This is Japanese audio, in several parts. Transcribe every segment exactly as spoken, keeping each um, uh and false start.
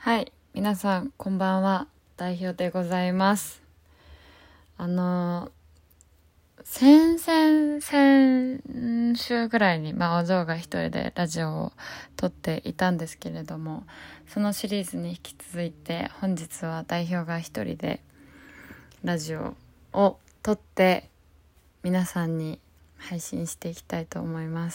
はい、皆さんこんばんは。代表でございます。あの先々先週ぐらいに、まあ、お嬢が一人でラジオを撮っていたんですけれども、そのシリーズに引き続いて本日は代表が一人でラジオを撮って皆さんに配信していきたいと思います。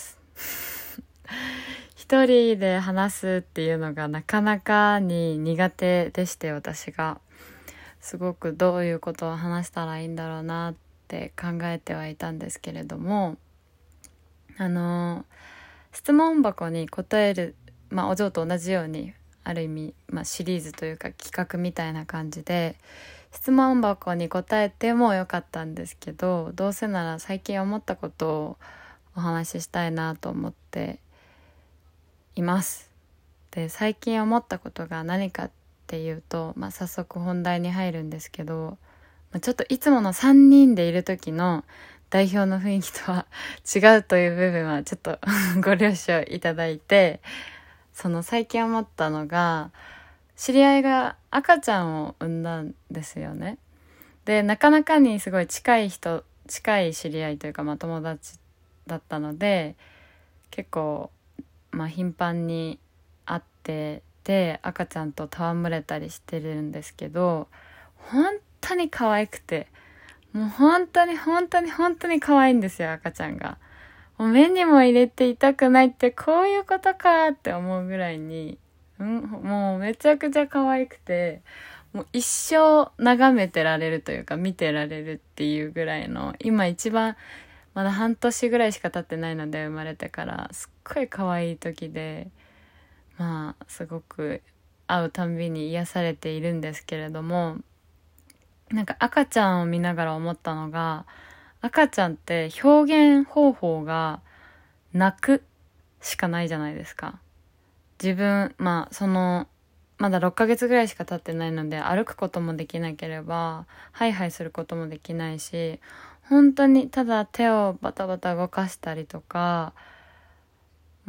一人で話すっていうのがなかなかに苦手でして、私がすごくどういうことを話したらいいんだろうなって考えてはいたんですけれども、あの質問箱に答える、まあお嬢と同じようにある意味、まあ、シリーズというか企画みたいな感じで質問箱に答えてもよかったんですけど、どうせなら最近思ったことをお話ししたいなと思っています。で、最近思ったことが何かっていうと、まあ、早速本題に入るんですけど、まあ、ちょっといつものさんにんでいる時の代表の雰囲気とは違うという部分はちょっとご了承いただいて、その最近思ったのが、知り合いが赤ちゃんを産んだんですよね。で、なかなかにすごい近い人近い知り合いというか、まあ、友達だったので、結構まあ頻繁に会ってで赤ちゃんと戯れたりしてるんですけど、本当に可愛くて、もう本当に本当に本当に可愛いんですよ、赤ちゃんが。もう目にも入れて痛くないってこういうことかって思うぐらいに、うん、もうめちゃくちゃ可愛くて、もう一生眺めてられるというか見てられるっていうぐらいの、今一番まだ半年ぐらいしか経ってないので、生まれてからすっごい可愛い時で、まあすごく会うたんびに癒されているんですけれども、なんか赤ちゃんを見ながら思ったのが、赤ちゃんって表現方法が泣くしかないじゃないですか。自分、まあそのまだろっかげつぐらいしか経ってないので、歩くこともできなければハイハイすることもできないし、本当にただ手をバタバタ動かしたりとか、うん、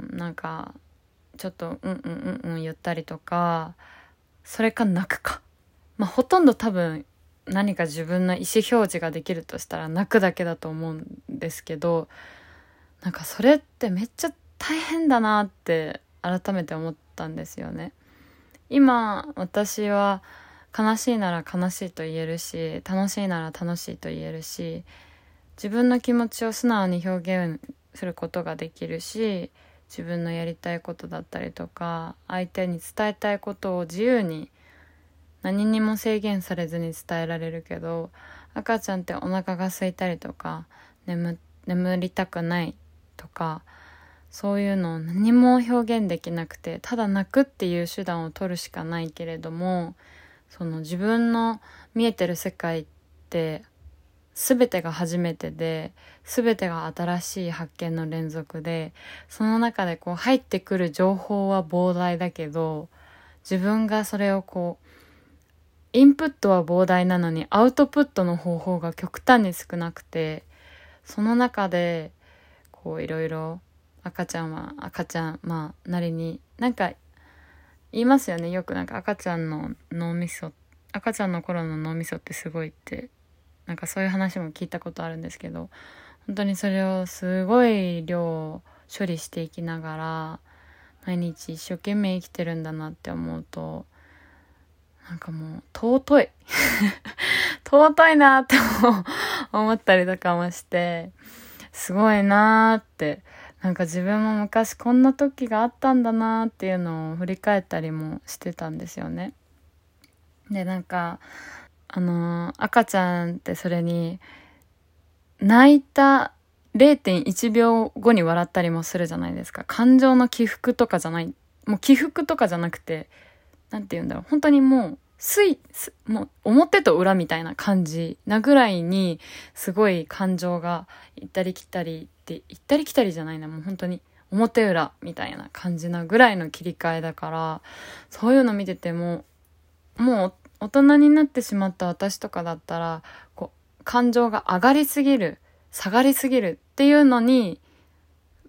なんかちょっとうんうんうんうん言ったりとか、それか泣くか、まあほとんど多分何か自分の意思表示ができるとしたら泣くだけだと思うんですけど、なんかそれってめっちゃ大変だなって改めて思ったんですよね。今私は悲しいなら悲しいと言えるし、楽しいなら楽しいと言えるし、自分の気持ちを素直に表現することができるし、自分のやりたいことだったりとか相手に伝えたいことを自由に何にも制限されずに伝えられるけど、赤ちゃんってお腹が空いたりとか 眠, 眠りたくないとか、そういうのを何も表現できなくて、ただ泣くっていう手段を取るしかないけれども、その自分の見えてる世界って全てが初めてで、全てが新しい発見の連続で、その中でこう入ってくる情報は膨大だけど、自分がそれをこうインプットは膨大なのにアウトプットの方法が極端に少なくて、その中でこういろいろ赤ちゃんは赤ちゃんまあなりに、なんか言いますよね、よくなんか赤ちゃんの脳みそ赤ちゃんの頃の脳みそってすごいって、なんかそういう話も聞いたことあるんですけど、本当にそれをすごい量処理していきながら毎日一生懸命生きてるんだなって思うと、なんかもう尊い尊いなって思ったりとかもして、すごいなーって、なんか自分も昔こんな時があったんだなーっていうのを振り返ったりもしてたんですよね。で、なんかあのー、赤ちゃんってそれに泣いた れいてんいちびょうごに笑ったりもするじゃないですか。感情の起伏とかじゃない、もう起伏とかじゃなくて、なんて言うんだろう、本当にもう水もう表と裏みたいな感じなぐらいにすごい感情が行ったり来たりって行ったり来たりじゃないな、もう本当に表裏みたいな感じなぐらいの切り替えだから、そういうの見ててももう大人になってしまった私とかだったら、こう感情が上がりすぎる下がりすぎるっていうのに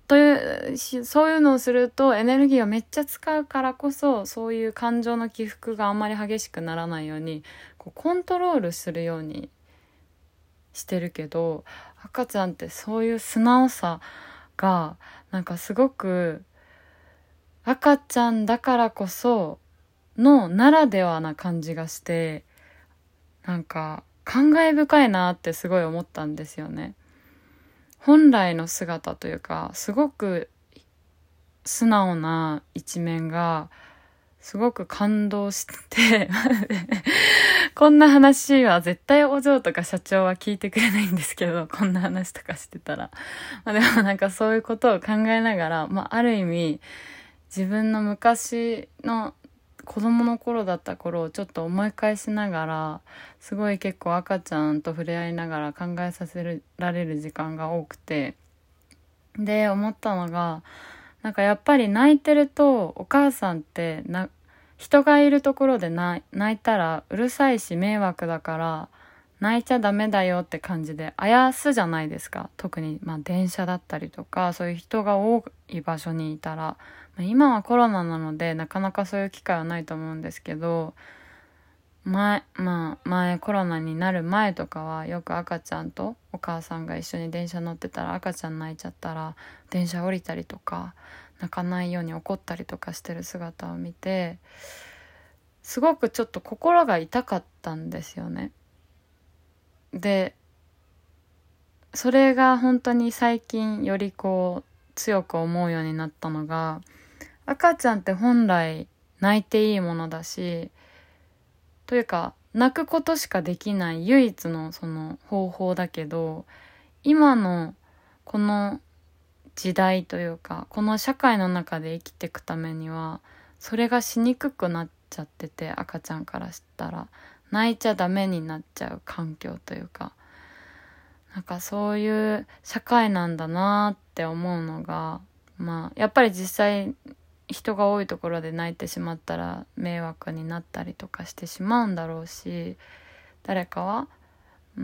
というそういうのをするとエネルギーをめっちゃ使うからこそ、そういう感情の起伏があんまり激しくならないようにこうコントロールするようにしてるけど、赤ちゃんってそういう素直さがなんかすごく赤ちゃんだからこそのならではな感じがして、なんか感慨深いなってすごい思ったんですよね。本来の姿というか、すごく素直な一面がすごく感動してこんな話は絶対お嬢とか社長は聞いてくれないんですけど、こんな話とかしてたらまあでもなんかそういうことを考えながら、まあある意味自分の昔の子供の頃だった頃をちょっと思い返しながら、すごい結構赤ちゃんと触れ合いながら考えさせられる時間が多くて、で思ったのが、なんかやっぱり泣いてるとお母さんってな人がいるところで泣いたらうるさいし迷惑だから泣いちゃダメだよって感じであやすじゃないですか。特にまあ電車だったりとかそういう人が多い場所にいたら、今はコロナなのでなかなかそういう機会はないと思うんですけど、前まあ前コロナになる前とかはよく赤ちゃんとお母さんが一緒に電車乗ってたら赤ちゃん泣いちゃったら電車降りたりとか泣かないように怒ったりとかしてる姿を見て、すごくちょっと心が痛かったんですよね。でそれが本当に最近よりこう強く思うようになったのが、赤ちゃんって本来泣いていいものだし、というか泣くことしかできない唯一のその方法だけど、今のこの時代というかこの社会の中で生きていくためにはそれがしにくくなっちゃってて、赤ちゃんからしたら泣いちゃダメになっちゃう環境というか、なんかそういう社会なんだなって思うのが、まあやっぱり実際人が多いところで泣いてしまったら迷惑になったりとかしてしまうんだろうし、誰かは、うん、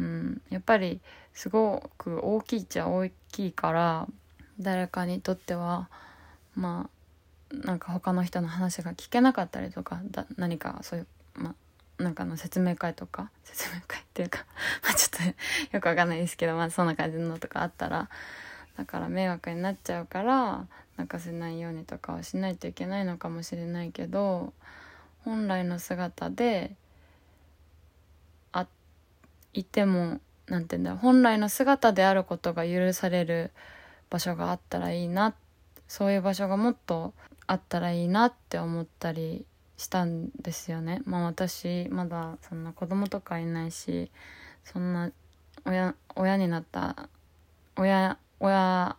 やっぱりすごく大きいっちゃ大きいから、誰かにとってはまあなんか他の人の話が聞けなかったりとか、だ何かそういうまあなんかの説明会とか説明会っていうかまあちょっとよくわかんないですけど、まあそんな感じのとかあったら、だから迷惑になっちゃうから泣かせないようにとかはしないといけないのかもしれないけど、本来の姿であいても、なんていうんだろう、本来の姿であることが許される場所があったらいいな、そういう場所がもっとあったらいいなって思ったりしたんですよね。まあ私まだそんな子供とかいないし、そんな親親になった親親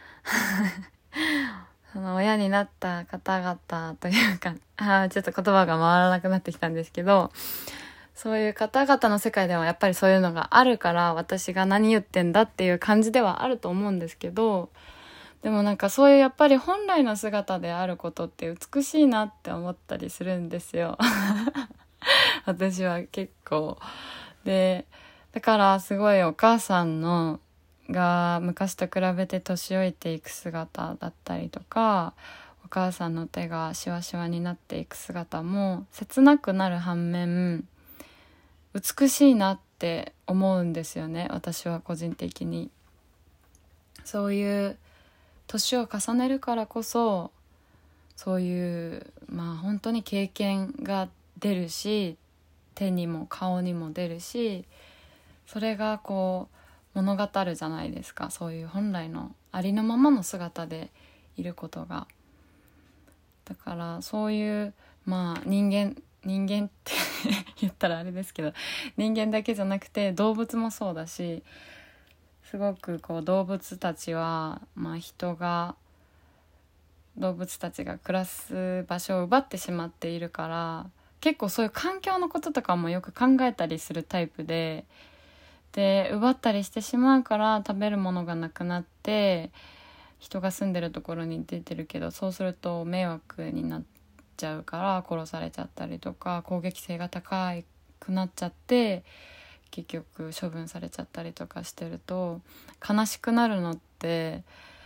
その親になった方々というか、あちょっと言葉が回らなくなってきたんですけど、そういう方々の世界ではやっぱりそういうのがあるから、私が何言ってんだっていう感じではあると思うんですけど、でもなんかそういうやっぱり本来の姿であることって美しいなって思ったりするんですよ私は結構で、だからすごいお母さんのが昔と比べて年老いていく姿だったりとか、お母さんの手がシワシワになっていく姿も切なくなる反面美しいなって思うんですよね。私は個人的にそういう年を重ねるからこそ、そういうまあ本当に経験が出るし、手にも顔にも出るし、それがこう物語るじゃないですか。そういう本来のありのままの姿でいることが。だからそういうまあ人間人間って言ったらあれですけど、人間だけじゃなくて動物もそうだし、すごくこう動物たちはまあ人が動物たちが暮らす場所を奪ってしまっているから、結構そういう環境のこととかもよく考えたりするタイプで、で奪ったりしてしまうから食べるものがなくなって人が住んでるところに出てるけど、そうすると迷惑になっちゃうから殺されちゃったりとか攻撃性が高くなっちゃって結局処分されちゃったりとかしてると悲しくなるのって、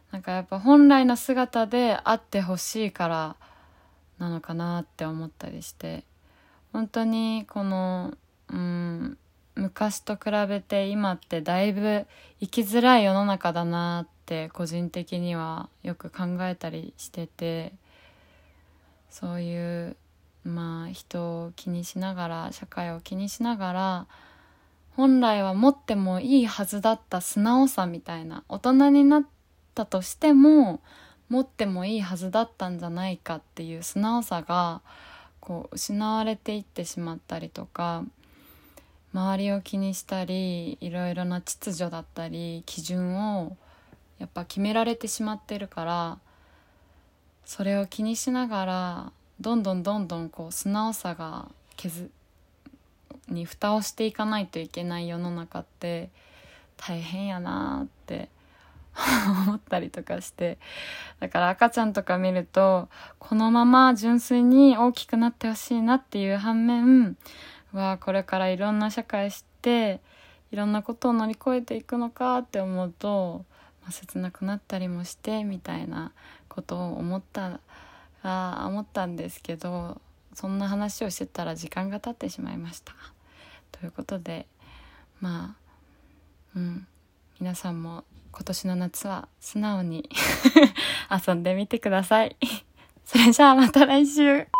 なんかやっぱ本来の姿であってほしいからなのかなって思ったりして、本当にこのうん昔と比べて今ってだいぶ生きづらい世の中だなって個人的にはよく考えたりしてて、そういうまあ人を気にしながら、社会を気にしながら、本来は持ってもいいはずだった素直さみたいな、大人になったとしても持ってもいいはずだったんじゃないかっていう素直さがこう失われていってしまったりとか、周りを気にしたり、いろいろな秩序だったり基準をやっぱ決められてしまってるから、それを気にしながらどんどんどんどんこう素直さが削に蓋をしていかないといけない世の中って大変やなって思ったりとかして、だから赤ちゃんとか見るとこのまま純粋に大きくなってほしいなっていう反面は、これからいろんな社会知っていろんなことを乗り越えていくのかって思うと、まあ、切なくなったりもしてみたいなことを思ったあ思ったんですけど、そんな話をしてたら時間が経ってしまいました。ということで、まあうん皆さんも今年の夏は素直に遊んでみてください。それじゃあまた来週。